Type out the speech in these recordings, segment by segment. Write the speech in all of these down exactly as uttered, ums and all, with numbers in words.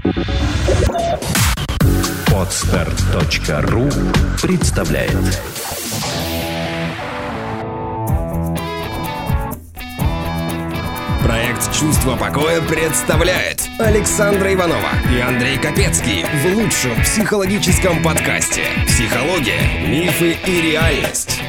Подстер точка ру представляет. Проект «Чувство покоя» представляет Александра Иванова и Андрей Капецкий в лучшем психологическом подкасте «Психология, мифы и реальность».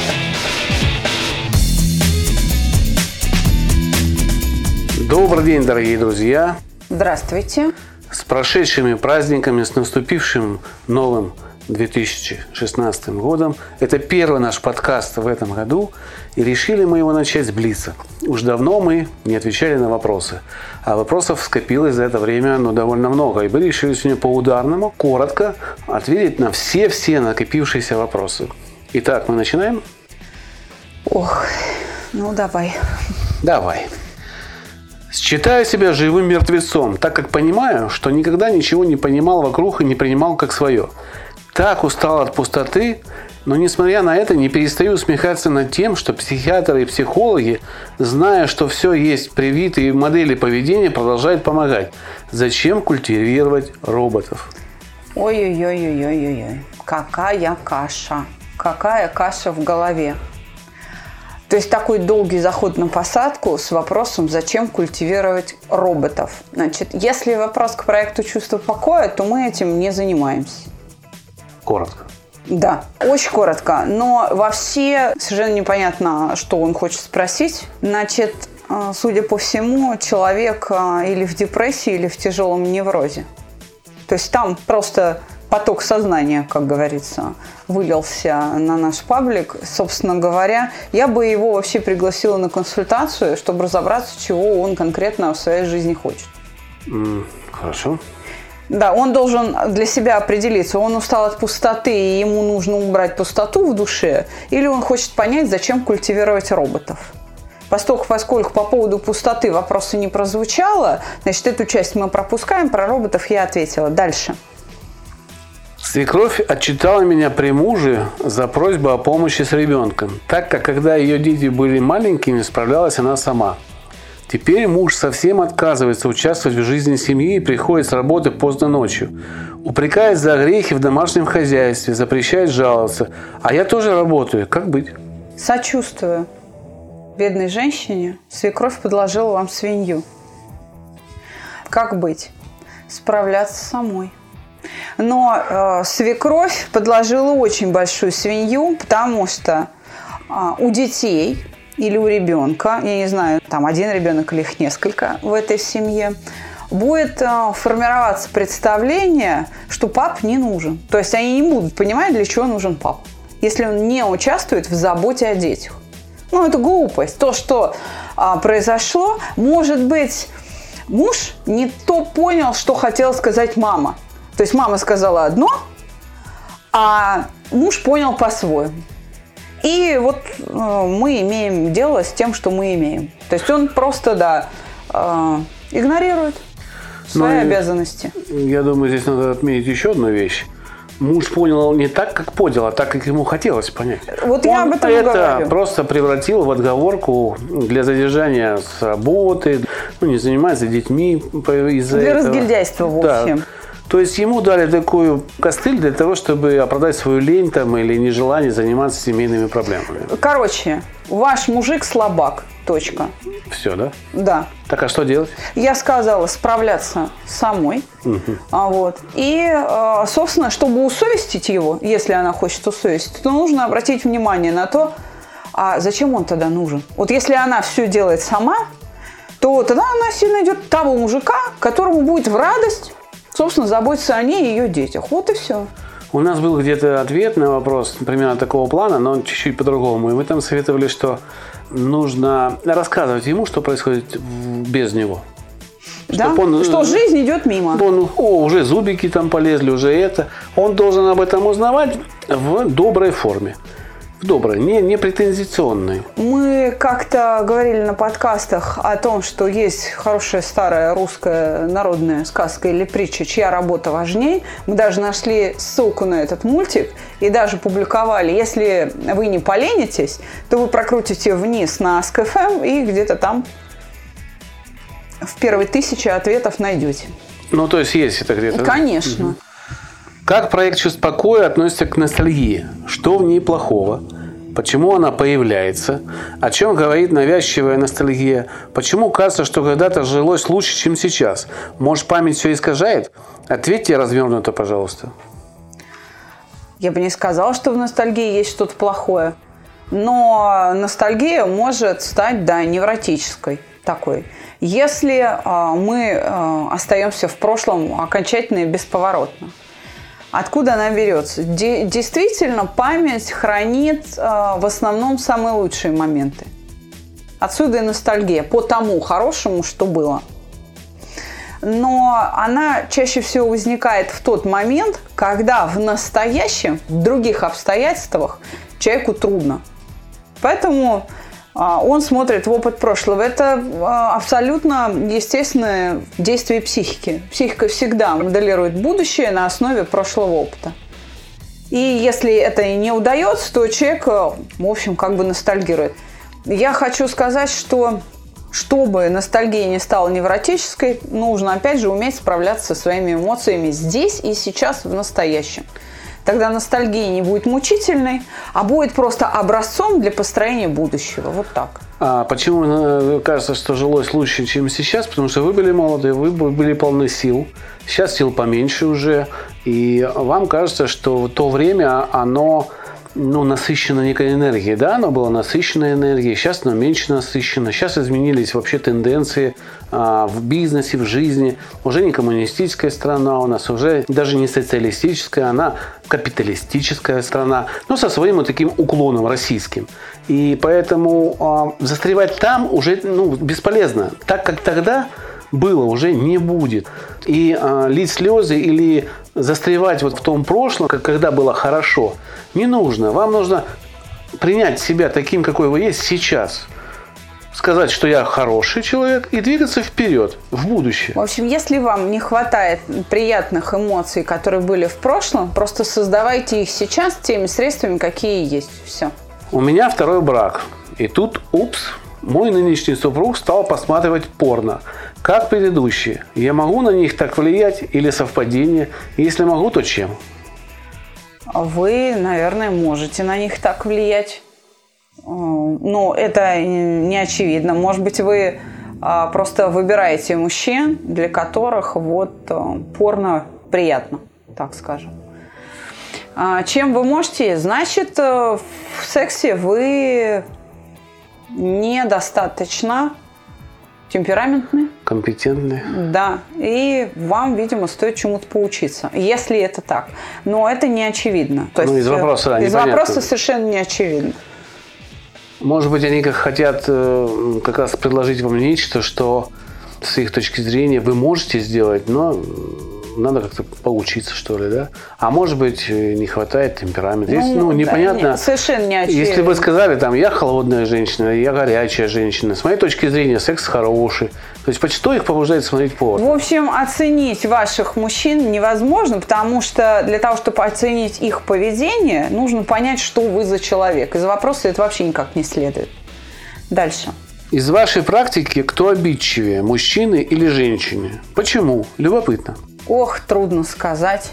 Добрый день, дорогие друзья! Здравствуйте! С прошедшими праздниками, с наступившим новым две тысячи шестнадцатым годом. Это первый наш подкаст в этом году, и решили мы его начать с блица. Уж давно мы не отвечали на вопросы, а вопросов скопилось за это время ну, довольно много, и мы решили сегодня по ударному, коротко ответить на все-все накопившиеся вопросы. Итак, мы начинаем? Ох, ну давай. Давай. Считаю себя живым мертвецом, так как понимаю, что никогда ничего не понимал вокруг и не принимал как свое. Так устал от пустоты, но несмотря на это не перестаю усмехаться над тем, что психиатры и психологи, зная, что все есть привитые модели поведения, продолжают помогать. Зачем культивировать роботов? Ой-ой-ой-ой-ой-ой. Какая каша. Какая каша в голове. То есть такой долгий заход на посадку с вопросом, зачем культивировать роботов. Значит, если вопрос к проекту «Чувство покоя», то мы этим не занимаемся. Коротко. Да, очень коротко. Но во все совершенно непонятно, что он хочет спросить. Значит, судя по всему, человек или в депрессии, или в тяжелом неврозе. То есть там просто поток сознания, как говорится, вылился на наш паблик. Собственно говоря, я бы его вообще пригласила на консультацию, чтобы разобраться, чего он конкретно в своей жизни хочет. Mm, хорошо. Да, он должен для себя определиться, он устал от пустоты, и ему нужно убрать пустоту в душе, или он хочет понять, зачем культивировать роботов. Поскольку, поскольку по поводу пустоты вопроса не прозвучало, значит, эту часть мы пропускаем, про роботов я ответила. Дальше. Свекровь отчитала меня при муже за просьбу о помощи с ребенком, так как когда ее дети были маленькими, справлялась она сама. Теперь муж совсем отказывается участвовать в жизни семьи и приходит с работы поздно ночью. Упрекает за грехи в домашнем хозяйстве, запрещает жаловаться. А я тоже работаю. Как быть? Сочувствую. Бедной женщине свекровь подложила вам свинью. Как быть? Справляться самой. Но э, свекровь подложила очень большую свинью, потому что э, у детей или у ребенка, я не знаю, там один ребенок или их несколько в этой семье, будет э, формироваться представление, что пап не нужен. То есть они не будут понимать, для чего нужен папа, если он не участвует в заботе о детях. Ну, это глупость. То, что э, произошло, может быть, муж не то понял, что хотела сказать мама. То есть мама сказала одно, а муж понял по-своему. И вот э, мы имеем дело с тем, что мы имеем. То есть он просто, да, э, игнорирует свои Но обязанности. Я думаю, здесь надо отметить еще одну вещь. Муж понял не так, как понял, а так, как ему хотелось понять. Вот он я об этом это говорю. Просто превратил в отговорку для задержания с работы, ну, не занимается детьми из-за Для этого. разгильдяйства, в общем. Да. То есть ему дали такую костыль для того, чтобы оправдать свою лень там, или нежелание заниматься семейными проблемами. Короче, ваш мужик слабак. Точка. Все, да? Да. Так, а что делать? Я сказала справляться самой. Угу. А вот. И, собственно, чтобы усовестить его, если она хочет усовестить, то нужно обратить внимание на то, а зачем он тогда нужен. Вот если она все делает сама, то тогда она себе найдет того мужика, которому будет в радость, собственно, заботиться о ней и ее детях. Вот и все. У нас был где-то ответ на вопрос примерно такого плана, но чуть-чуть по-другому. И мы там советовали, что нужно рассказывать ему, что происходит без него. Да? Он, что жизнь идет мимо. Он, о, уже зубики там полезли, уже это. Он должен об этом узнавать в доброй форме. В доброй, не, не претензионной. Мы как-то говорили на подкастах о том, что есть хорошая старая русская народная сказка или притча «Чья работа важней?». Мы даже нашли ссылку на этот мультик и даже публиковали. Если вы не поленитесь, то вы прокрутите вниз на Ask эф эм и где-то там в первой тысяче ответов найдете. Ну, то есть есть это где-то? Конечно. Угу. Как проект «Чувство покоя» относится к ностальгии? Что в ней плохого? Почему она появляется? О чем говорит навязчивая ностальгия? Почему кажется, что когда-то жилось лучше, чем сейчас? Может, память все искажает? Ответьте развернуто, пожалуйста. Я бы не сказала, что в ностальгии есть что-то плохое. Но ностальгия может стать, да, невротической такой. Если э, мы э, остаемся в прошлом окончательно и бесповоротно. Откуда она берется? Де- действительно, память хранит э, в основном самые лучшие моменты. Отсюда и ностальгия по тому хорошему, что было. Но она чаще всего возникает в тот момент, когда в настоящем, в других обстоятельствах человеку трудно. Поэтому э, он смотрит в опыт прошлого. Это э, абсолютно естественное действие психики. Психика всегда моделирует будущее на основе прошлого опыта. И если это не удается, то человек, в общем, как бы ностальгирует. Я хочу сказать, что чтобы ностальгия не стала невротической, нужно, опять же, уметь справляться со своими эмоциями здесь и сейчас, в настоящем. Тогда ностальгия не будет мучительной, а будет просто образцом для построения будущего. Вот так. А почему кажется, что жилось лучше, чем сейчас? Потому что вы были молоды, вы были полны сил. Сейчас сил поменьше уже. И вам кажется, что в то время оно ну, насыщено некой энергией. Да, оно было насыщенной энергией. Сейчас оно меньше насыщено. Сейчас изменились вообще тенденции а, в бизнесе, в жизни. Уже не коммунистическая страна у нас, уже даже не социалистическая, она капиталистическая страна, но со своим вот таким уклоном российским. И поэтому э, застревать там уже ну, бесполезно. Так как тогда было, уже не будет. И э, лить слезы или застревать вот в том прошлом, как когда было хорошо, не нужно. Вам нужно принять себя таким, какой вы есть сейчас. Сказать, что я хороший человек, и двигаться вперед, в будущее. В общем, если вам не хватает приятных эмоций, которые были в прошлом, просто создавайте их сейчас теми средствами, какие есть. Все. У меня второй брак. И тут, упс, мой нынешний супруг стал посматривать порно. Как предыдущие. Я могу на них так влиять или совпадение? Если могу, то чем? Вы, наверное, можете на них так влиять. Ну, это не очевидно. Может быть, вы а, просто выбираете мужчин, для которых вот а, порно приятно, так скажем. А, чем вы можете? Значит, в сексе вы недостаточно темпераментны. Компетентны. Да. И вам, видимо, стоит чему-то поучиться, если это так. Но это не очевидно. То ну, есть, из вопроса, да, из непонятно. вопроса совершенно не очевидно. Может быть, они как хотят э, как раз предложить вам нечто, что с их точки зрения вы можете сделать, но надо как-то поучиться, что ли, да? А может быть, не хватает темперамента. Здесь, ну, ну, непонятно. Да, нет, совершенно не очевидно. Если вы сказали, там, я холодная женщина, я горячая женщина, с моей точки зрения, секс хороший. То есть, что их побуждает смотреть порно? В общем, оценить ваших мужчин невозможно, потому что для того, чтобы оценить их поведение, нужно понять, что вы за человек. Из вопроса это вообще никак не следует. Дальше. Из вашей практики кто обидчивее, мужчины или женщины? Почему? Любопытно. Ох, трудно сказать.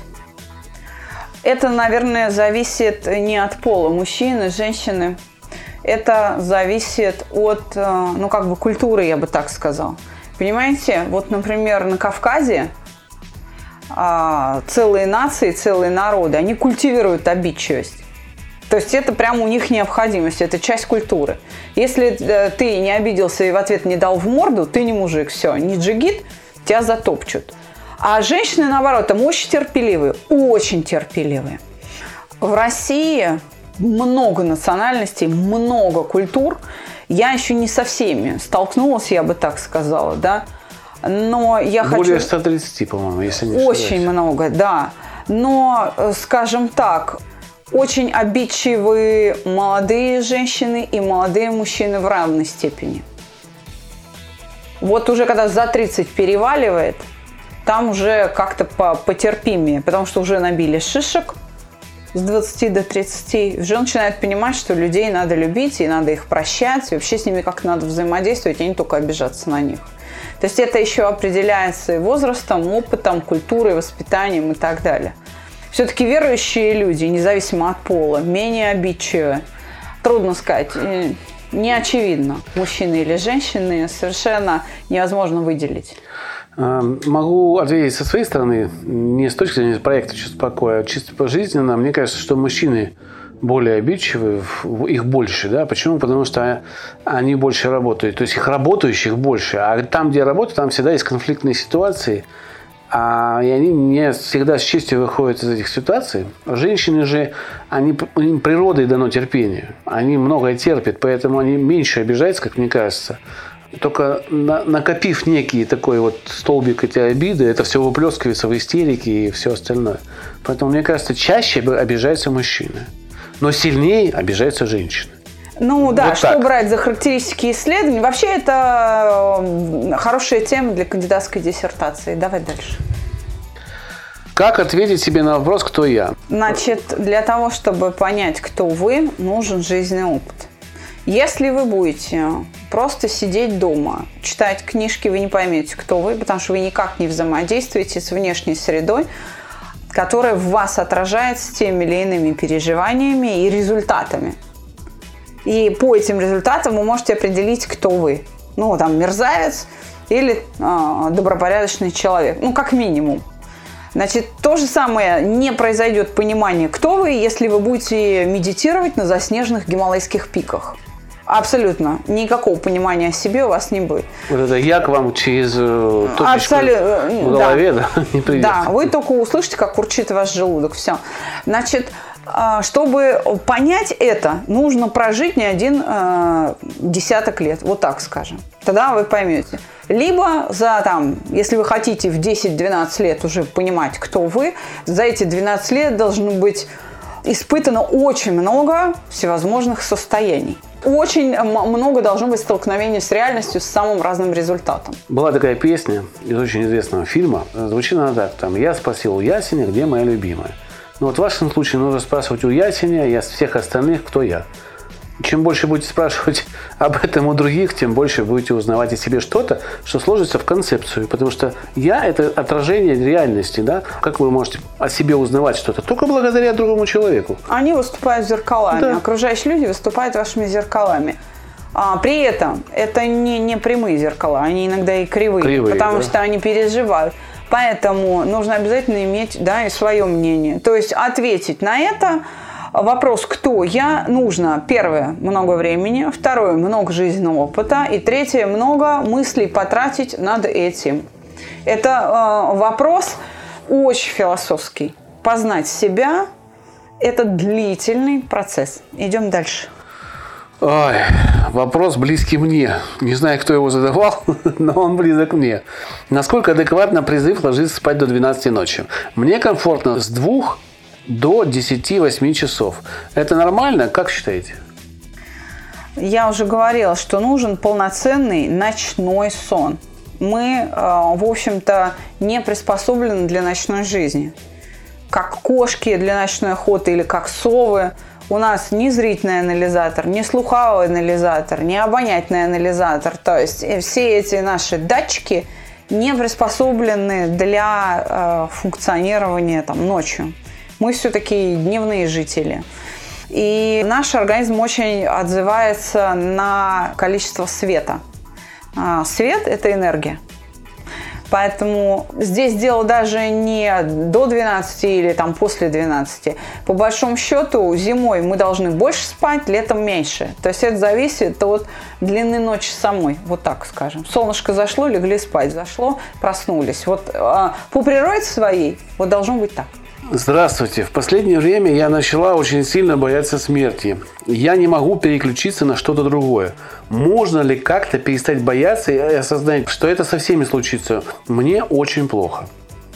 Это, наверное, зависит не от пола мужчины, женщины. Это зависит от, ну, как бы культуры, я бы так сказала. Понимаете, вот, например, на Кавказе целые нации, целые народы, они культивируют обидчивость. То есть это прямо у них необходимость, это часть культуры. Если ты не обиделся и в ответ не дал в морду, ты не мужик, все, не джигит, тебя затопчут. А женщины, наоборот, там очень терпеливые, очень терпеливые. В России много национальностей, много культур. Я еще не со всеми столкнулась, я бы так сказала, да. Но я хочу... Более ста тридцати, по-моему, если не ошибаюсь. Очень много, да. Но, скажем так, очень обидчивые молодые женщины и молодые мужчины в равной степени. Вот уже когда за тридцать переваливает, там уже как-то потерпимее, потому что уже набили шишек, с двадцати до тридцати уже начинают понимать, что людей надо любить, и надо их прощать, и вообще с ними как-то надо взаимодействовать, а не только обижаться на них. То есть это еще определяется и возрастом, опытом, культурой, воспитанием и так далее. Все-таки верующие люди, независимо от пола, менее обидчивы. Трудно сказать, не очевидно, мужчины или женщины, совершенно невозможно выделить. Могу ответить со своей стороны, не с точки зрения проекта «Чувство покоя», а чисто пожизненно. Мне кажется, что мужчины более обидчивые, их больше. Да? Почему? Потому что они больше работают. То есть их работающих больше. А там, где работают, там всегда есть конфликтные ситуации. А, и они не всегда с честью выходят из этих ситуаций. Женщины же, они, им природой дано терпение. Они многое терпят, поэтому они меньше обижаются, как мне кажется. Только на, накопив некий такой вот столбик эти обиды, это все выплескивается в истерике и все остальное. Поэтому, мне кажется, чаще обижаются мужчины. Но сильнее обижаются женщины. Ну да, вот что так. брать за характеристики исследований? Вообще это хорошая тема для кандидатской диссертации. Давай дальше. Как ответить себе на вопрос, кто я? Значит, для того, чтобы понять, кто вы, нужен жизненный опыт. Если вы будете просто сидеть дома, читать книжки, вы не поймете, кто вы, потому что вы никак не взаимодействуете с внешней средой, которая в вас отражается теми или иными переживаниями и результатами. И по этим результатам вы можете определить, кто вы. Ну, там, мерзавец или э, добропорядочный человек. Ну, как минимум. Значит, то же самое не произойдет понимание, кто вы, если вы будете медитировать на заснеженных гималайских пиках. Абсолютно. Никакого понимания о себе у вас не будет. Вот это я к вам через точечку Абсолютно. в голове, да, да, не придется. Да, вы только услышите, как урчит ваш желудок. Все. Значит, чтобы понять это, нужно прожить не один э, десяток лет. Вот так скажем. Тогда вы поймете. Либо за, там, если вы хотите в десять-двенадцать лет уже понимать, кто вы, за эти двенадцать лет должно быть испытано очень много всевозможных состояний. Очень много должно быть столкновений с реальностью с самым разным результатом. Была такая песня из очень известного фильма. Звучит она так. Там, «Я спросил у ясеня, где моя любимая». Ну вот в вашем случае нужно спрашивать у ясеня и от всех остальных, кто я. Чем больше будете спрашивать об этом у других, тем больше будете узнавать о себе что-то, что сложится в концепцию. Потому что я – это отражение реальности. Да? Как вы можете о себе узнавать что-то? Только благодаря другому человеку. Они выступают зеркалами. Да. Окружающие люди выступают вашими зеркалами. А, при этом это не, не прямые зеркала, они иногда и кривые, кривые потому да. что они переживают. Поэтому нужно обязательно иметь, да, и свое мнение. То есть ответить на это вопрос, кто я, нужно, первое, много времени, второе, много жизненного опыта, и третье, много мыслей потратить над этим. Это э, вопрос очень философский. Познать себя – это длительный процесс. Идем дальше. Ой, вопрос близкий мне. Не знаю, кто его задавал, но он близок мне. Насколько адекватно призыв ложиться спать до двенадцати ночи? Мне комфортно с двух до десяти-восьми часов. Это нормально? Как считаете? Я уже говорила, что нужен полноценный ночной сон. Мы, в общем-то, не приспособлены для ночной жизни. Как кошки для ночной охоты или как совы. У нас ни зрительный анализатор, ни слуховой анализатор, ни обонятельный анализатор. То есть все эти наши датчики не приспособлены для э, функционирования там, ночью. Мы все-таки дневные жители. И наш организм очень отзывается на количество света. А свет – это энергия. Поэтому здесь дело даже не до двенадцати или там после двенадцати. По большому счету, зимой мы должны больше спать, летом меньше. То есть это зависит от длины ночи самой. Вот так скажем. Солнышко зашло, легли спать. Зашло, проснулись. Вот а, по природе своей вот должно быть так. Здравствуйте. В последнее время я начала очень сильно бояться смерти. Я не могу переключиться на что-то другое. Можно ли как-то перестать бояться и осознать, что это со всеми случится? Мне очень плохо.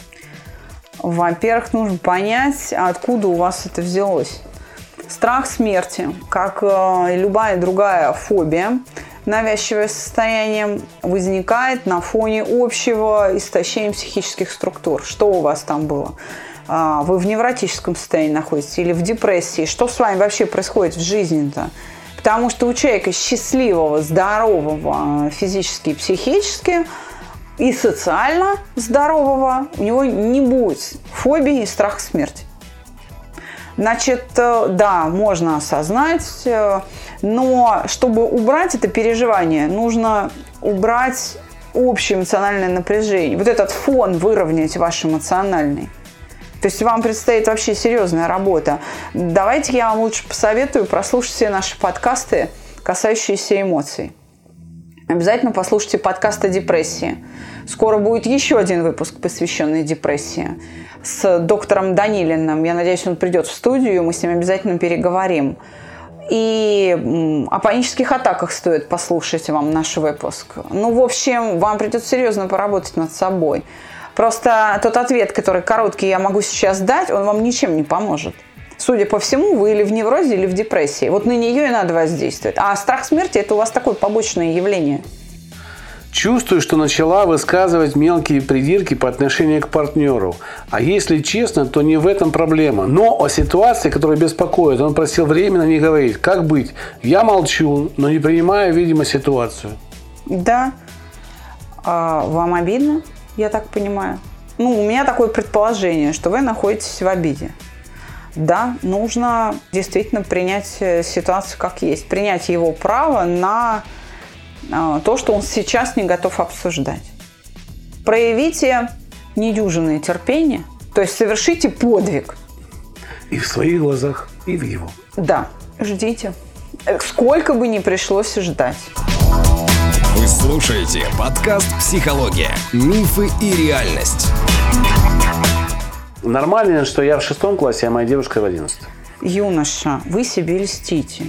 Во-первых, нужно понять, откуда у вас это взялось. Страх смерти, как и любая другая фобия, навязчивое состояние возникает на фоне общего истощения психических структур. Что у вас там было? Вы в невротическом состоянии находитесь или в депрессии? Что с вами вообще происходит в жизни-то? Потому что у человека счастливого, здорового физически и психически и социально здорового у него не будет фобии и страха смерти. Значит, да, можно осознать, но чтобы убрать это переживание, нужно убрать общее эмоциональное напряжение. Вот этот фон выровнять ваш эмоциональный. То есть вам предстоит вообще серьезная работа. Давайте я вам лучше посоветую прослушать все наши подкасты, касающиеся эмоций. Обязательно послушайте подкаст о депрессии. Скоро будет еще один выпуск, посвященный депрессии, с доктором Данилиным. Я надеюсь, он придет в студию, мы с ним обязательно переговорим. И о панических атаках стоит послушать вам наш выпуск. Ну, в общем, вам придется серьезно поработать над собой. Просто тот ответ, который короткий я могу сейчас дать, он вам ничем не поможет. Судя по всему, вы или в неврозе, или в депрессии. Вот на нее и надо воздействовать. А страх смерти – это у вас такое побочное явление. Чувствую, что начала высказывать мелкие придирки по отношению к партнеру. А если честно, то не в этом проблема. Но о ситуации, которая беспокоит, он просил временно не говорить. Как быть? Я молчу, но не принимаю, видимо, ситуацию. Да. А вам обидно, я так понимаю? Ну, у меня такое предположение, что вы находитесь в обиде. Да, нужно действительно принять ситуацию как есть. Принять его право на то, что он сейчас не готов обсуждать. Проявите недюжинное терпение, то есть совершите подвиг. И в своих глазах, и в его. Да, ждите. Сколько бы ни пришлось ждать. Вы слушаете подкаст «Психология. Мифы и реальность». Нормально, что я в шестом классе, а моя девушка в одиннадцатом. Юноша, вы себе льстите.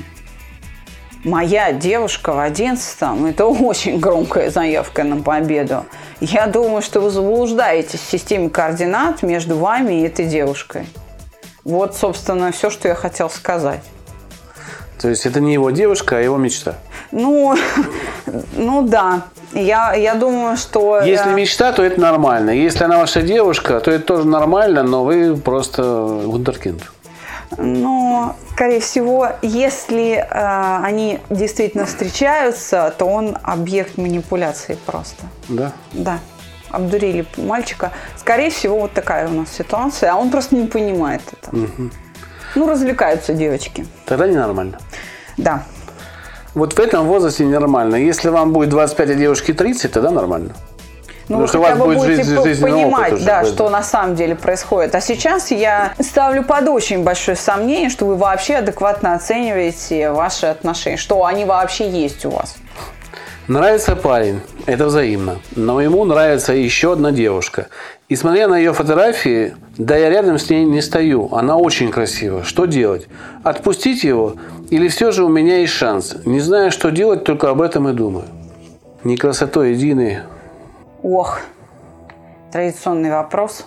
Моя девушка в одиннадцатом – это очень громкая заявка на победу. Я думаю, что вы заблуждаетесь в системе координат между вами и этой девушкой. Вот, собственно, все, что я хотел сказать. То есть это не его девушка, а его мечта? Ну, ну да. Я, я думаю, что... Если мечта, то это нормально. Если она ваша девушка, то это тоже нормально, но вы просто вундеркинд. Ну, скорее всего, если э, они действительно встречаются, то он объект манипуляции просто. Да? Да. Обдурили мальчика. Скорее всего, вот такая у нас ситуация, а он просто не понимает это. Угу. Ну, развлекаются девочки. Тогда ненормально. Да. Вот в этом возрасте ненормально. Если вам будет двадцать пять, а девушке тридцать, тогда нормально. Ну, вы хотя бы будете жизнь, понимать, да, что на самом деле происходит. А сейчас я ставлю под очень большое сомнение, что вы вообще адекватно оцениваете ваши отношения, что они вообще есть у вас. Нравится парень, это взаимно. Но ему нравится еще одна девушка. И смотря на ее фотографии, да я рядом с ней не стою. Она очень красива. Что делать? Отпустить его? Или все же у меня есть шанс? Не знаю, что делать, только об этом и думаю. Не красотой единой. Ох, традиционный вопрос.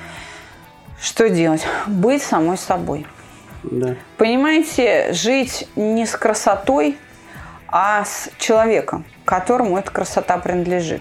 Что делать? Быть самой собой. Да. Понимаете, жить не с красотой, а с человеком, которому эта красота принадлежит.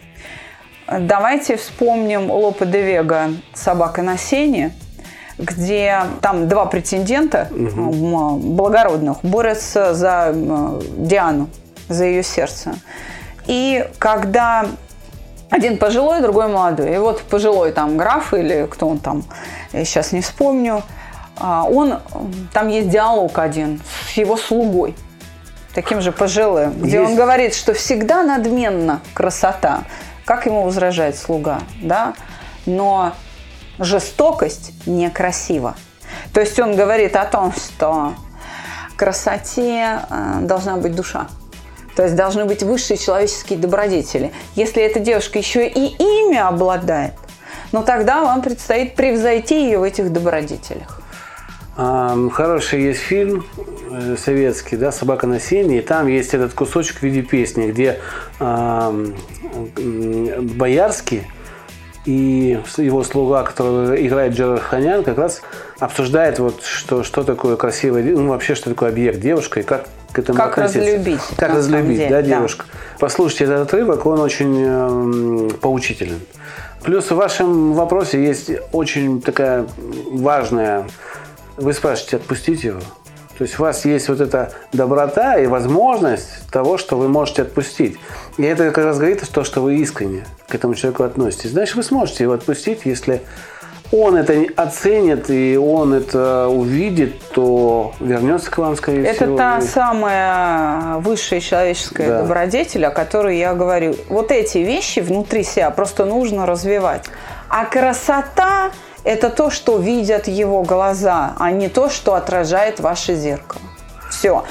Давайте вспомним Лопе де Вега «Собака на сене», где там два претендента угу. благородных борются за Диану, за ее сердце. И когда один пожилой, другой молодой. И вот пожилой там граф или кто он там, я сейчас не вспомню, он, там есть диалог один с его слугой, таким же пожилым, где есть. Он говорит, что всегда надменна красота. Как ему возражает слуга, да? Но жестокость некрасива. То есть он говорит о том, что красоте должна быть душа. То есть должны быть высшие человеческие добродетели. Если эта девушка еще и имя обладает, ну тогда вам предстоит превзойти ее в этих добродетелях. Хороший есть фильм советский, да, «Собака на сене», и там есть этот кусочек в виде песни, где э, Боярский и его слуга, который играет Джерард Ханян, как раз обсуждает, вот, что, что такое красивая, ну, вообще, что такое объект девушка и как к этому как относиться. Разлюбить, как разлюбить. Деле, да, да, девушка. Послушайте этот отрывок, он очень э, поучителен. Плюс в вашем вопросе есть очень такая важная, вы спрашиваете, отпустить его? То есть у вас есть вот эта доброта и возможность того, что вы можете отпустить. И это как раз говорит то, что вы искренне к этому человеку относитесь. Значит, вы сможете его отпустить, если он это оценит и он это увидит, то вернется к вам, скорее это всего. Это та самая высшая человеческая да. добродетель, о которой я говорю. Вот эти вещи внутри себя просто нужно развивать. А красота – это то, что видят его глаза, а не то, что отражает ваше зеркало. Все.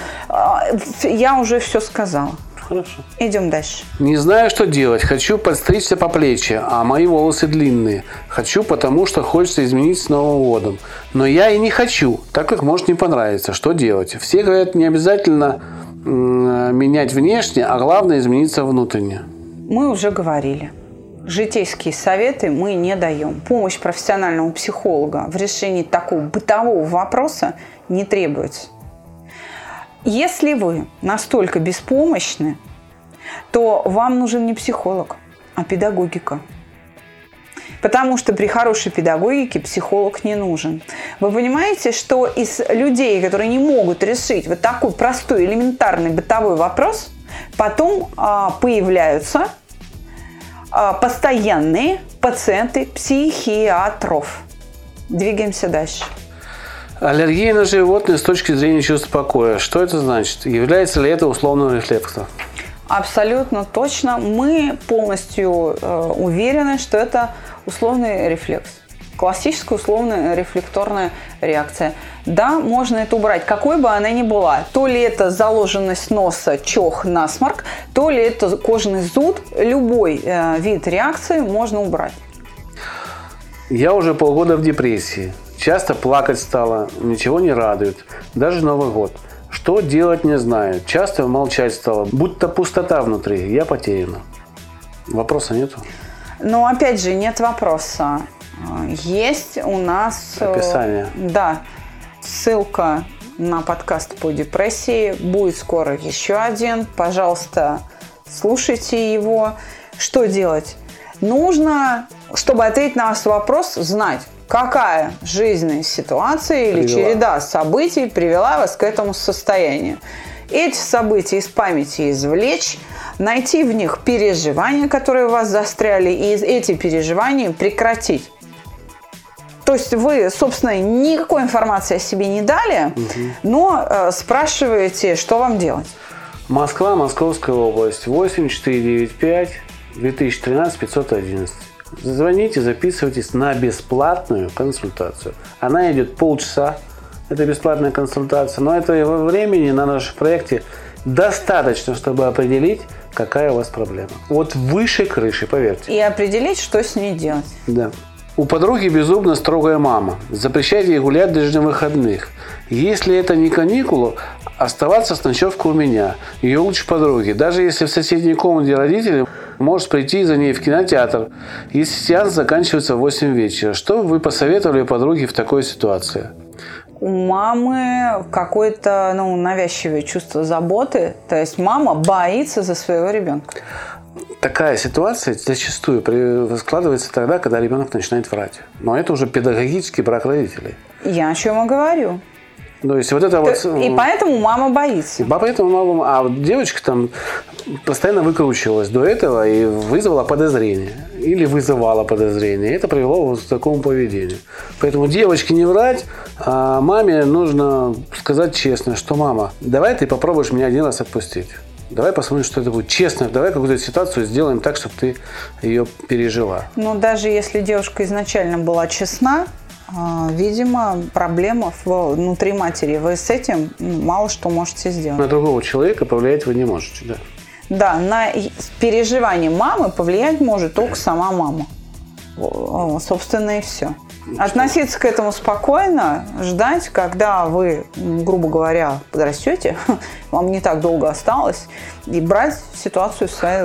Я уже все сказала. Хорошо. Идем дальше. Не знаю, что делать. Хочу подстричься по плечи, а мои волосы длинные. Хочу, потому что хочется изменить с Новым годом. Но я и не хочу, так как может не понравиться. Что делать? Все говорят, не обязательно м- менять внешне, а главное измениться внутренне. Мы уже говорили. Житейские советы мы не даем. Помощь профессионального психолога в решении такого бытового вопроса не требуется. Если вы настолько беспомощны, то вам нужен не психолог, а педагогика. Потому что при хорошей педагогике психолог не нужен. Вы понимаете, что из людей, которые не могут решить вот такой простой, элементарный бытовой вопрос, потом а, появляются а, постоянные пациенты психиатров. Двигаемся дальше. Аллергия на животные с точки зрения чувства покоя. Что это значит? Является ли это условным рефлексом? Абсолютно точно. Мы полностью э, уверены, что это условный рефлекс. Классическая условная рефлекторная реакция. Да, можно это убрать, какой бы она ни была. То ли это заложенность носа, чох, насморк, то ли это кожный зуд. Любой э, вид реакции можно убрать. Я уже полгода в депрессии. Часто плакать стало, ничего не радует. Даже Новый год. Что делать, не знаю. Часто молчать стало. Будто пустота внутри. Я потеряна. Вопроса нету? Но опять же, нет вопроса. Есть у нас... Описание. Да. Ссылка на подкаст по депрессии. Будет скоро еще один. Пожалуйста, слушайте его. Что делать? Нужно, чтобы ответить на ваш вопрос, знать, какая жизненная ситуация или привела. череда событий привела вас к этому состоянию. Эти события из памяти извлечь, найти в них переживания, которые у вас застряли, и эти переживания прекратить. То есть вы, собственно, никакой информации о себе не дали, угу. но э, спрашиваете, что вам делать. Москва, Московская область, восемь четыре девять пять две тысячи тринадцать пятьсот одиннадцать. Звоните, записывайтесь на бесплатную консультацию. Она идет полчаса. Это бесплатная консультация. Но этого времени на нашем проекте достаточно, чтобы определить, какая у вас проблема. Вот выше крыши, поверьте. И определить, что с ней делать. Да. У подруги безумно строгая мама. Запрещайте ей гулять даже на выходных. Если это не каникулы, оставаться с ночевкой у меня. Ее лучше подруги. Даже если в соседней комнате родители, может прийти за ней в кинотеатр, если сеанс заканчивается в восемь вечера. Что вы посоветовали подруге в такой ситуации? У мамы какое-то ну, навязчивое чувство заботы. То есть мама боится за своего ребенка. Такая ситуация зачастую складывается тогда, когда ребенок начинает врать. Но это уже педагогический брак родителей. Я о чем и говорю. То есть вот это вот... И поэтому мама боится. И поэтому мама... А вот девочка там постоянно выкручивалась до этого и вызвала подозрение. Или вызывала подозрение. И это привело вот к такому поведению. Поэтому девочке не врать, а маме нужно сказать честно, что мама, давай ты попробуешь меня один раз отпустить. Давай посмотрим, что это будет. Честно, давай какую-то ситуацию сделаем так, чтобы ты ее пережила. Но даже если девушка изначально была честна, видимо, проблема внутри матери. Вы с этим мало что можете сделать. На другого человека повлиять вы не можете, да? Да, на переживание мамы повлиять может только сама мама. Собственно, и все. Относиться к этому спокойно, ждать, когда вы, грубо говоря, подрастете, вам не так долго осталось, и брать ситуацию в свои руки.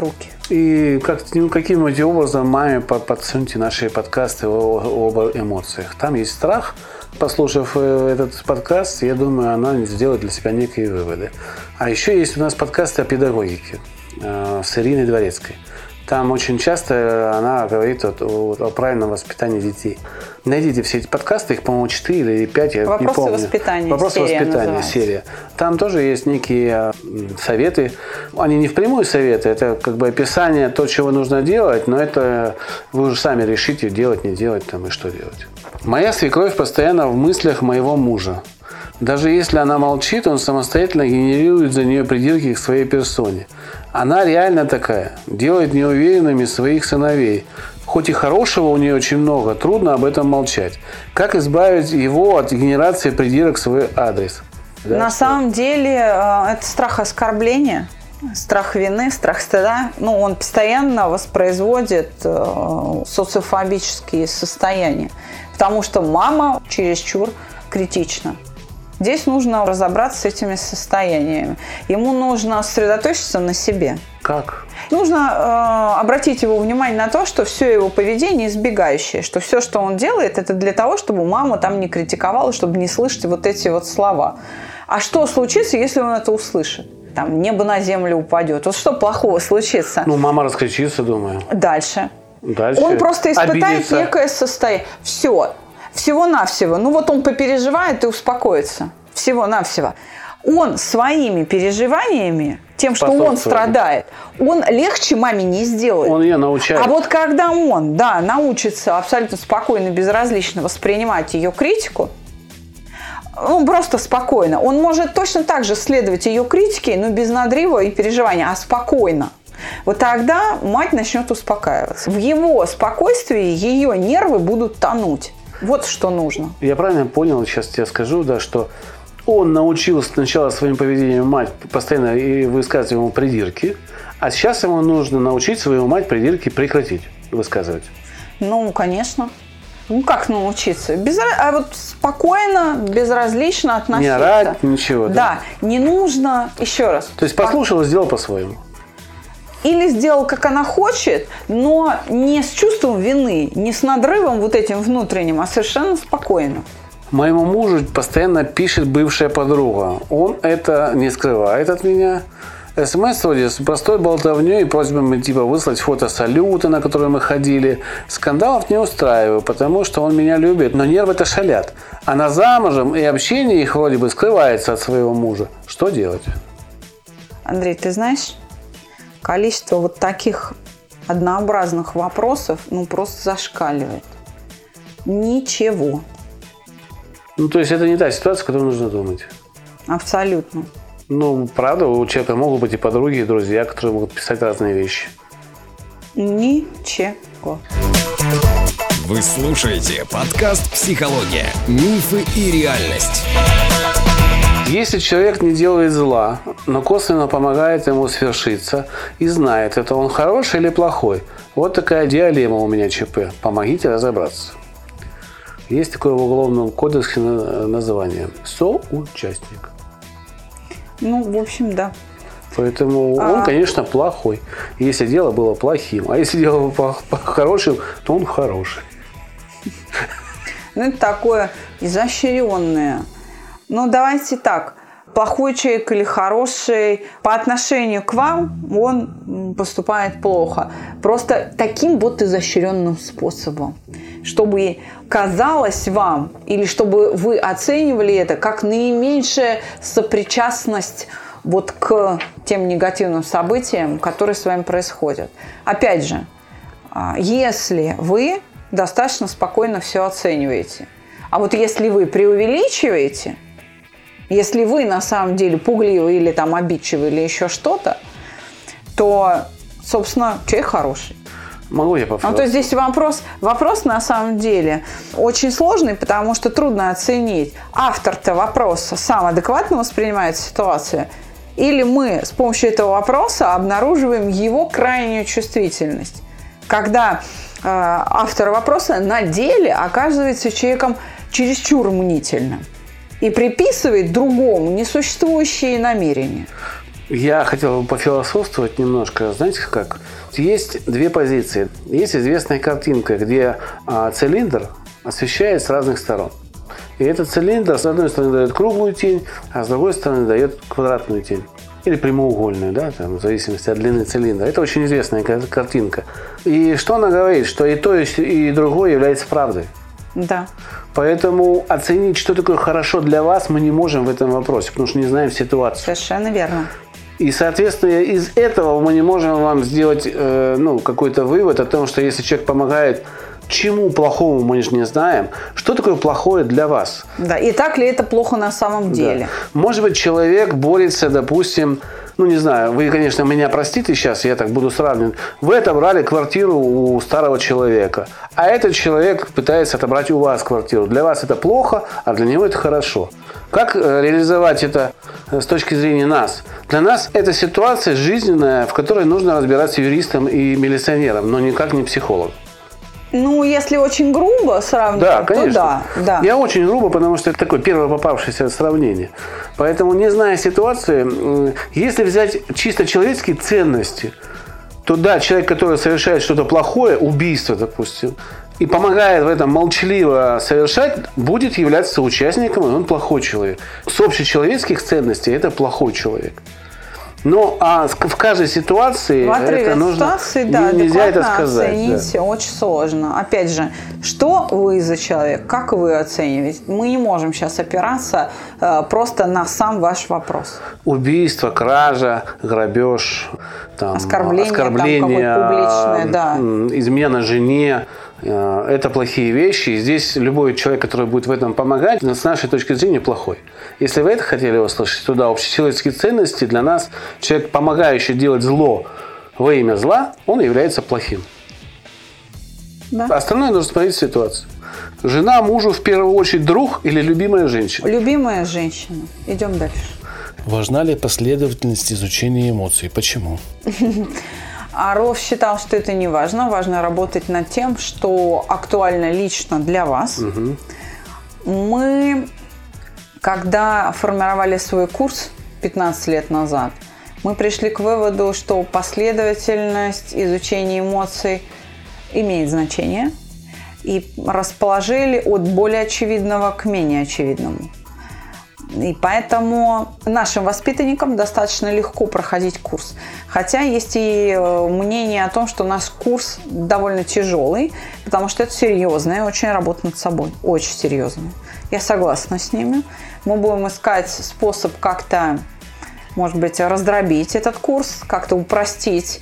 И как, ну, каким-нибудь образом маме подсуньте наши подкасты об эмоциях. Там есть страх. Послушав этот подкаст, я думаю, она сделает для себя некие выводы. А еще есть у нас подкасты о педагогике с Ириной Дворецкой. Там очень часто она говорит о, о, о правильном воспитании детей. Найдите все эти подкасты, их, по-моему, четыре или пять, я Вопросы не помню. воспитания. Вопросы серия воспитания, называется. серия. Там тоже есть некие советы. Они не впрямую советы, это как бы описание того, чего нужно делать, но это вы уже сами решите, делать, не делать там, и что делать. Моя свекровь постоянно в мыслях моего мужа. Даже если она молчит, он самостоятельно генерирует за нее придирки к своей персоне. Она реально такая, делает неуверенными своих сыновей. Хоть и хорошего у нее очень много, трудно об этом молчать. Как избавить его от генерации придирок в свой адрес? Да, На что? самом деле это страх оскорбления, страх вины, страх стыда. Ну, он постоянно воспроизводит социофобические состояния, потому что мама чересчур критична. Здесь нужно разобраться с этими состояниями. Ему нужно сосредоточиться на себе. Как? Нужно э, обратить его внимание на то, что все его поведение избегающее, что все, что он делает, это для того, чтобы мама там не критиковала, чтобы не слышать вот эти вот слова. А что случится, если он это услышит? Там небо на землю упадет. Вот что плохого случится? Ну, мама раскричится, думаю. Дальше. Дальше. Он просто испытает обидится. некое состояние. Все. Всего-навсего. Ну вот он попереживает и успокоится. Всего-навсего. Он своими переживаниями, тем, что он страдает, он легче маме не сделает. Он ее научает. А вот когда он, да, научится абсолютно спокойно, безразлично воспринимать ее критику, ну, просто спокойно, он может точно так же следовать ее критике, но без надрыва и переживания, а спокойно. Вот тогда мать начнет успокаиваться. В его спокойствии ее нервы будут тонуть. Вот что нужно. Я правильно понял, сейчас тебе скажу, да, что он научил сначала своим поведением мать постоянно и высказывать ему придирки, а сейчас ему нужно научить свою мать придирки прекратить высказывать. Ну, конечно. Ну, как научиться? Без... А вот спокойно, безразлично относиться. Не орать, ничего. Да, да, не нужно, еще раз. То есть послушал и сделал по-своему. Или сделал, как она хочет, но не с чувством вины, не с надрывом вот этим внутренним, а совершенно спокойно. Моему мужу постоянно пишет бывшая подруга. Он это не скрывает от меня. СМС вроде с простой болтовней и просьбами типа выслать фото салюта, на который мы ходили. Скандалов не устраиваю, потому что он меня любит, но нервы-то шалят. Она замужем, и общение их вроде бы скрывается от своего мужа. Что делать? Андрей, ты знаешь, количество вот таких однообразных вопросов, ну, просто зашкаливает. Ничего. Ну, то есть это не та ситуация, о которой нужно думать. Абсолютно. Ну, правда, у человека могут быть и подруги, и друзья, которые могут писать разные вещи. Ничего. Вы слушаете подкаст «Психология. Мифы и реальность». Если человек не делает зла, но косвенно помогает ему свершиться и знает, это он хороший или плохой, вот такая диалемма у меня ЧП. Помогите разобраться. Есть такое в Уголовном кодексе название – соучастник. Ну, в общем, да. Поэтому а... он, конечно, плохой, если дело было плохим. А если дело было хорошим, то он хороший. Ну, это такое изощренное. Ну, давайте так. Плохой человек или хороший, по отношению к вам он поступает плохо. Просто таким вот изощренным способом. Чтобы казалось вам, или чтобы вы оценивали это как наименьшая сопричастность вот к тем негативным событиям, которые с вами происходят. Опять же, если вы достаточно спокойно все оцениваете, а вот если вы преувеличиваете, если вы на самом деле пугливы или там обидчивы или еще что-то, то, собственно, человек хороший. Могу я попробовать? Ну, то есть здесь вопрос, вопрос на самом деле очень сложный, потому что трудно оценить, автор-то вопроса сам адекватно воспринимает ситуацию, или мы с помощью этого вопроса обнаруживаем его крайнюю чувствительность. Когда э, автор вопроса на деле оказывается человеком чересчур мнительным и приписывает другому несуществующие намерения. Я хотел бы пофилософствовать немножко. Знаете как? Есть две позиции. Есть известная картинка, где а, цилиндр освещает с разных сторон. И этот цилиндр с одной стороны дает круглую тень, а с другой стороны дает квадратную тень. Или прямоугольную, да, там, в зависимости от длины цилиндра. Это очень известная картинка. И что она говорит? Что и то, и другое является правдой. Да. Поэтому оценить, что такое хорошо для вас, мы не можем в этом вопросе, потому что не знаем ситуацию. Совершенно верно. И, соответственно, из этого мы не можем вам сделать э, ну, какой-то вывод о том, что если человек помогает, чему плохому мы же не знаем, что такое плохое для вас. Да, и так ли это плохо на самом деле? Да. Может быть, человек борется, допустим, ну, не знаю, вы, конечно, меня простите сейчас, я так буду сравнивать. Вы отобрали квартиру у старого человека, а этот человек пытается отобрать у вас квартиру. Для вас это плохо, а для него это хорошо. Как реализовать это с точки зрения нас? Для нас это ситуация жизненная, в которой нужно разбираться юристом и милиционером, но никак не психологом. Ну, если очень грубо сравнивать, да, конечно. то да, да. Я очень грубо, потому что это такое первое попавшееся сравнение. Поэтому, не зная ситуации, если взять чисто человеческие ценности, то да, человек, который совершает что-то плохое, убийство, допустим, и помогает в этом молчаливо совершать, будет являться соучастником, и он плохой человек. С общечеловеческих ценностей это плохой человек. Ну, а в каждой ситуации в отрыве это от нужно, ситуации, да, нельзя это сказать. Оценить да. очень сложно. Опять же, что вы за человек, как вы оцениваете? Мы не можем сейчас опираться э, просто на сам ваш вопрос. Убийство, кража, грабеж, там, оскорбление, оскорбление там, публичное, да. измена жене. Это плохие вещи. И здесь любой человек, который будет в этом помогать, с нашей точки зрения, плохой. Если вы это хотели услышать, то да, общечеловеческие ценности для нас, человек, помогающий делать зло во имя зла, он является плохим. Да. Остальное нужно смотреть ситуацию. Жена мужу в первую очередь друг или любимая женщина? Любимая женщина. Идем дальше. Важна ли последовательность изучения эмоций? Почему? Орлов считал, что это не важно. Важно работать над тем, что актуально лично для вас. Угу. Мы, когда формировали свой курс пятнадцать лет назад, мы пришли к выводу, что последовательность изучения эмоций имеет значение. И расположили от более очевидного к менее очевидному. И поэтому нашим воспитанникам достаточно легко проходить курс. Хотя есть и мнение о том, что наш курс довольно тяжелый, потому что это серьезная очень работа над собой. Очень серьезная. Я согласна с ними. Мы будем искать способ как-то, может быть, раздробить этот курс, как-то упростить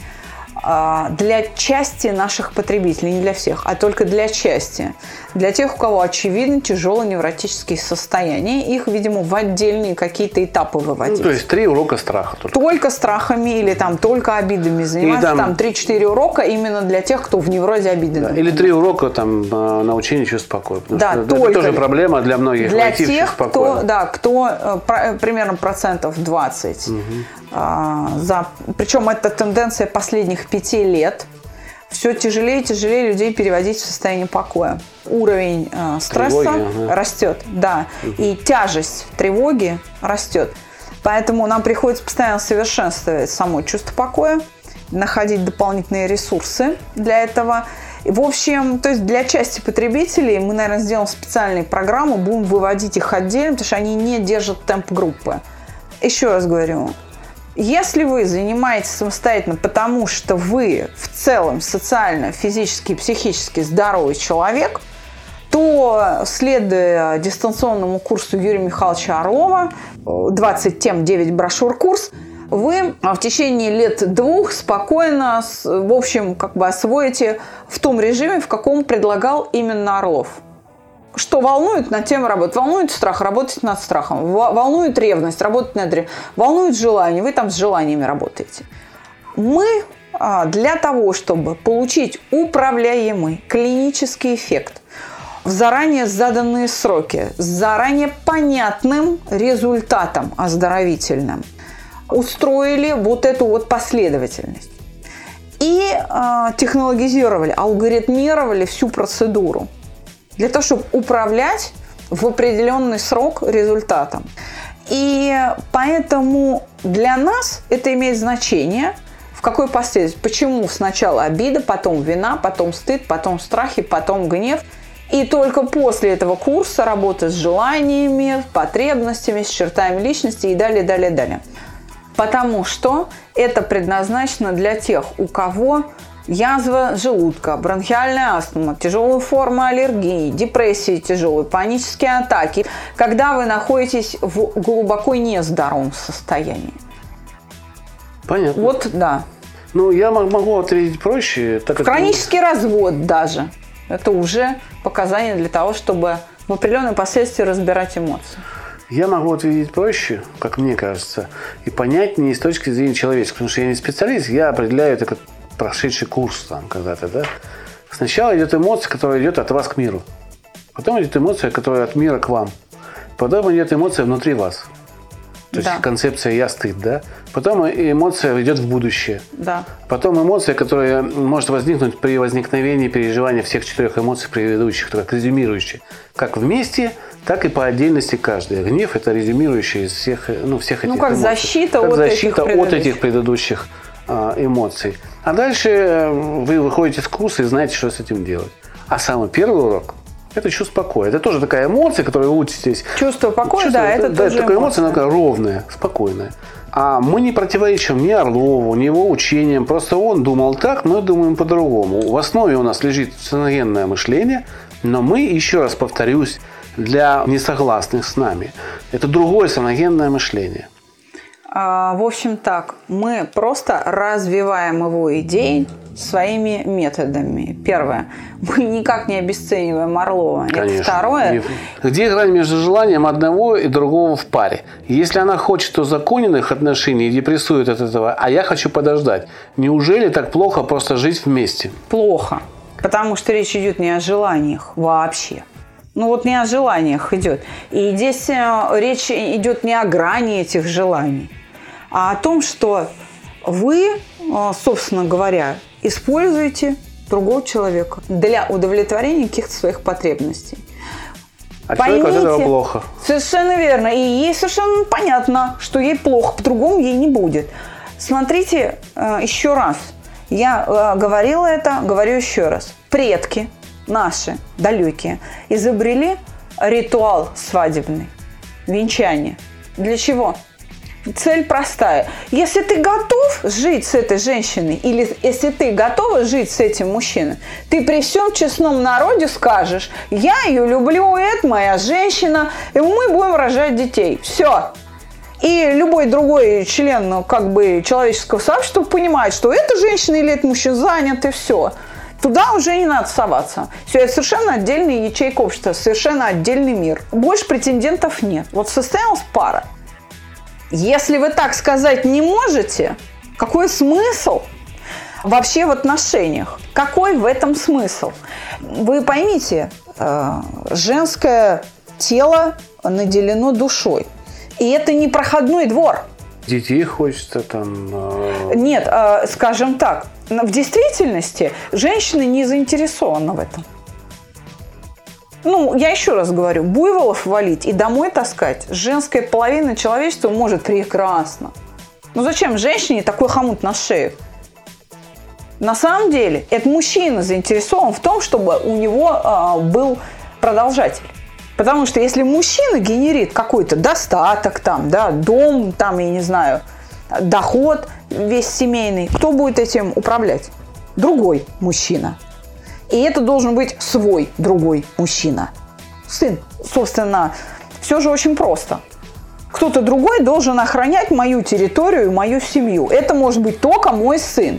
для части наших потребителей, не для всех, а только для части. Для тех, у кого очевидно тяжелые невротические состояния, их, видимо, в отдельные какие-то этапы выводить. Ну, то есть три урока страха. Только, только страхами или там только обидами заниматься. Там, там три-четыре урока именно для тех, кто в неврозе обиды. Да, или три урока там научения чувствовать спокойно. Да, что только это тоже проблема для многих. Для тех, кто, да, кто примерно процентов двадцать. Угу. За, причем это тенденция последних пяти лет. Все тяжелее и тяжелее людей переводить в состояние покоя. Уровень э, стресса тревоги, ага. растет, да, угу. и тяжесть тревоги растет. Поэтому нам приходится постоянно совершенствовать само чувство покоя, находить дополнительные ресурсы для этого. И, в общем, то есть для части потребителей мы, наверное, сделаем специальные программы, будем выводить их отдельно, потому что они не держат темп группы. Еще раз говорю. Если вы занимаетесь самостоятельно, потому что вы в целом социально, физически и психически здоровый человек, то, следуя дистанционному курсу Юрия Михайловича Орлова, двадцать тем, девять брошюр курс, вы в течение лет двух спокойно, в общем, как бы освоите в том режиме, в каком предлагал именно Орлов. Что волнует, над тем работать. Волнует страх, работать над страхом. Волнует ревность, работать над ревностью. Волнует желание, вы там с желаниями работаете. Мы для того, чтобы получить управляемый клинический эффект в заранее заданные сроки, с заранее понятным результатом оздоровительным, устроили вот эту вот последовательность. И э, технологизировали, алгоритмировали всю процедуру. Для того, чтобы управлять в определенный срок результатом. И поэтому для нас это имеет значение, в какой последовательности. Почему сначала обида, потом вина, потом стыд, потом страхи, потом гнев. И только после этого курса работы с желаниями, потребностями, с чертами личности и далее, далее, далее. Потому что это предназначено для тех, у кого язва желудка, бронхиальная астма, тяжелые формы аллергии, депрессии тяжелые, панические атаки, когда вы находитесь в глубоко нездоровом состоянии. Понятно. Вот, да. Ну, я могу ответить проще. Так как... Хронический развод даже. Это уже показание для того, чтобы в определенной последствии разбирать эмоции. Я могу ответить проще, как мне кажется, и понятнее с точки зрения человеческой. Потому что я не специалист, я определяю это как прошедший курс там когда-то, да. Сначала идет эмоция, которая идет от вас к миру. Потом идет эмоция, которая от мира к вам. Потом идет эмоция внутри вас. То есть да. концепция «я стыд», да? Потом эмоция идет в будущее. Да. Потом эмоция, которая может возникнуть при возникновении переживания всех четырех эмоций предыдущих, как резюмирующие. Как вместе, так и по отдельности каждая. Гнев – это резюмирующие из всех, ну, всех этих ну, как эмоций. Защита как от защита этих от этих предыдущих а, эмоций. А дальше вы выходите с курса и знаете, что с этим делать. А самый первый урок – это чувство покоя. Это тоже такая эмоция, которую вы учитесь. Чувство покоя, чувство, да, это, это да, тоже такая эмоция. эмоция, она такая ровная, спокойная. А мы не противоречим ни Орлову, ни его учениям. Просто он думал так, мы думаем по-другому. В основе у нас лежит саногенное мышление, но мы, еще раз повторюсь, для несогласных с нами, это другое саногенное мышление. А, в общем так, мы просто развиваем его идеи своими методами. Первое. Мы никак не обесцениваем Орлова. Конечно. Это второе. Где грань между желанием одного и другого в паре? Если она хочет узаконенных отношений и депрессует от этого, а я хочу подождать, неужели так плохо просто жить вместе? Плохо. Потому что речь идет не о желаниях вообще. Ну вот не о желаниях идет. И здесь речь идет не о грани этих желаний, а о том, что вы, собственно говоря, используете другого человека для удовлетворения каких-то своих потребностей. А человеку от этого плохо. Совершенно верно. И ей совершенно понятно, что ей плохо, по-другому ей не будет. Смотрите еще раз. Я говорила это, говорю еще раз. Предки наши, далекие, изобрели ритуал свадебный, венчание. Для чего? Цель простая. Если ты готов жить с этой женщиной, или если ты готова жить с этим мужчиной, ты при всем честном народе скажешь: я ее люблю, это моя женщина, и мы будем рожать детей. Все. И любой другой член, ну, как бы, человеческого сообщества понимает, что эта женщина или этот мужчина занят, и все. Туда уже не надо соваться. Все, это совершенно отдельная ячейка общества, совершенно отдельный мир. Больше претендентов нет. Вот состоялась пара. Если вы так сказать не можете, какой смысл вообще в отношениях? Какой в этом смысл? Вы поймите, женское тело наделено душой. И это не проходной двор. Детей хочется там... Э... Нет, скажем так, в действительности женщина не заинтересована в этом. Ну, я еще раз говорю, буйволов валить и домой таскать женская половина человечества может прекрасно. Ну зачем женщине такой хомут на шею? На самом деле, это мужчина заинтересован в том, чтобы у него э, был продолжатель. Потому что если мужчина генерит какой-то достаток, там, да, дом, там, я не знаю, доход весь семейный, кто будет этим управлять? Другой мужчина. И это должен быть свой другой мужчина. Сын, собственно, все же очень просто. Кто-то другой должен охранять мою территорию и мою семью. Это может быть только мой сын.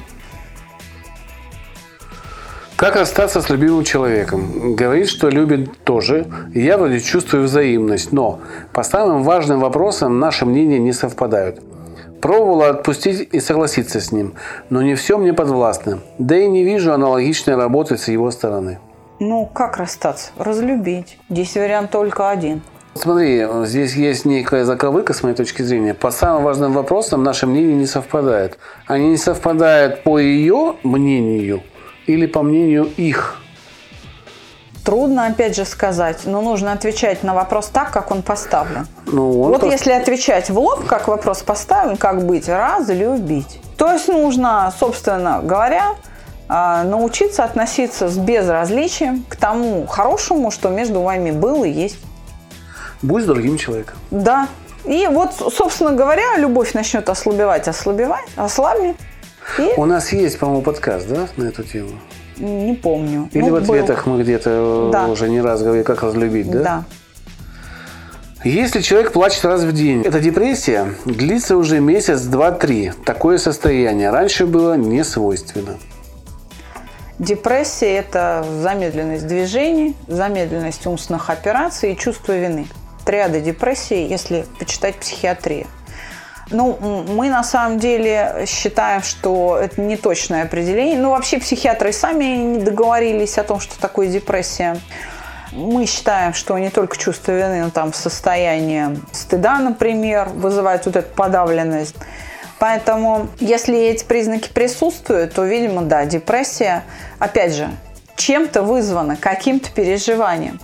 Как расстаться с любимым человеком? Говорит, что любит тоже. И я вроде чувствую взаимность. Но по самым важным вопросам наши мнения не совпадают. Пробовала отпустить и согласиться с ним, но не все мне подвластно. Да и не вижу аналогичной работы с его стороны. Ну, как расстаться? Разлюбить. Здесь вариант только один. Смотри, здесь есть некая заковыка, с моей точки зрения. По самым важным вопросам наши мнения не совпадают. Они не совпадают по ее мнению или по мнению их. Трудно, опять же, сказать, но нужно отвечать на вопрос так, как он поставлен. Ну, он вот просто... если отвечать в лоб, как вопрос поставлен, как быть, разлюбить. То есть нужно, собственно говоря, научиться относиться с безразличием к тому хорошему, что между вами было и есть. Будь с другим человеком. Да. И вот, собственно говоря, любовь начнет ослабевать, ослабевать, ослабнет. И... У нас есть, по-моему, подкаст, да, на эту тему? Не помню. Или ну, в ответах был. мы где-то да. уже не раз говорили, как разлюбить, да? Да. Если человек плачет раз в день, эта депрессия длится уже месяц, два, три. Такое состояние раньше было не свойственно. Депрессия – это замедленность движений, замедленность умственных операций и чувство вины. Триада депрессии, если почитать психиатрию. Ну, мы на самом деле считаем, что это не точное определение. Ну, вообще психиатры сами не договорились о том, что такое депрессия. Мы считаем, что не только чувство вины, но там состояние стыда, например, вызывает вот эту подавленность. Поэтому, если эти признаки присутствуют, то, видимо, да, депрессия, опять же, чем-то вызвана, каким-то переживанием.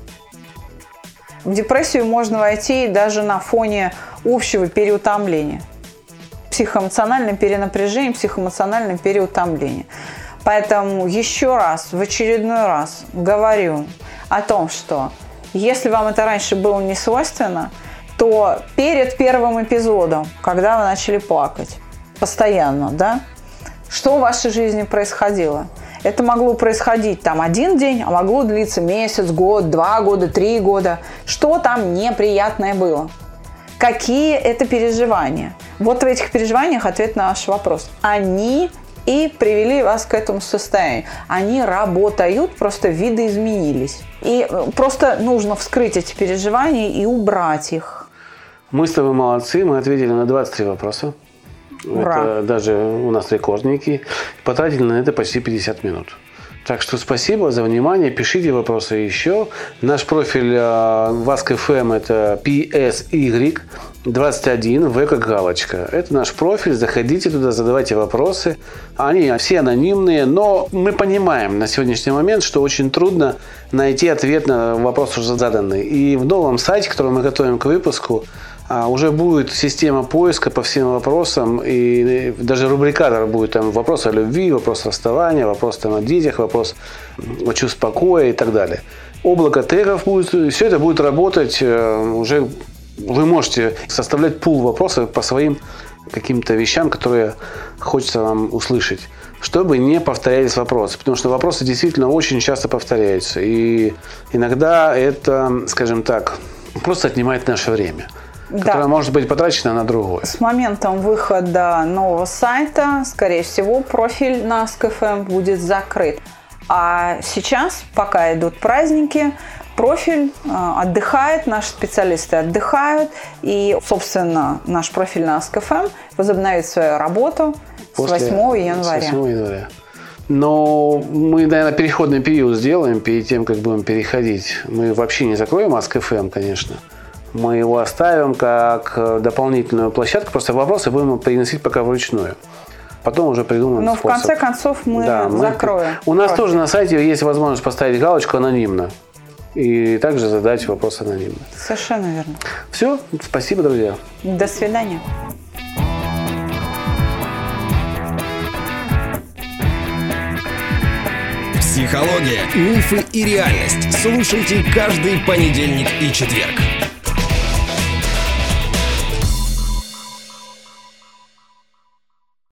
В депрессию можно войти даже на фоне общего переутомления. Психоэмоциональное перенапряжение, психоэмоциональное переутомление. Поэтому еще раз, в очередной раз говорю о том, что если вам это раньше было не свойственно, то перед первым эпизодом, когда вы начали плакать, постоянно, да, что в вашей жизни происходило? Это могло происходить там один день, а могло длиться месяц, год, два года, три года. Что там неприятное было? Какие это переживания? Вот в этих переживаниях ответ на ваш вопрос. Они и привели вас к этому состоянию. Они работают, просто видоизменились. И просто нужно вскрыть эти переживания и убрать их. Мы с тобой молодцы, мы ответили на двадцать три вопроса. Ура. Это даже у нас рекордники. Потратили на это почти пятьдесят минут. Так что спасибо за внимание. Пишите вопросы еще. Наш профиль в Ask эф эм это пи эс ай двадцать один, В как галочка. Это наш профиль. Заходите туда, задавайте вопросы. Они все анонимные, но мы понимаем на сегодняшний момент, что очень трудно найти ответ на вопрос уже заданный. И в новом сайте, который мы готовим к выпуску, уже будет система поиска по всем вопросам, и даже рубрикатор будет там вопрос о любви, вопрос расставания, вопрос там о детях, вопрос о чувстве покоя и так далее. Облако тегов будет, все это будет работать уже, вы можете составлять пул вопросов по своим каким-то вещам, которые хочется вам услышать, чтобы не повторялись вопросы, потому что вопросы действительно очень часто повторяются, и иногда это, скажем так, просто отнимает наше время. Которая да. может быть потрачена на другое. С моментом выхода нового сайта, скорее всего, профиль на Ask эф эм будет закрыт. А сейчас, пока идут праздники, профиль э, отдыхает, наши специалисты отдыхают. И, собственно, наш профиль на Ask эф эм возобновит свою работу После, с восьмого января. С восьмого января. Но мы, наверное, переходный период сделаем перед тем, как будем переходить. Мы вообще не закроем Ask эф эм, конечно. Мы его оставим как дополнительную площадку, просто вопросы будем приносить пока вручную. Потом уже придумаем Но способ. в конце концов мы да, закроем. Мы... У нас профиль. тоже на сайте есть возможность поставить галочку анонимно. И также задать вопрос анонимно. Совершенно верно. Все, спасибо, друзья. До свидания. Психология, мифы и реальность. Слушайте каждый понедельник и четверг.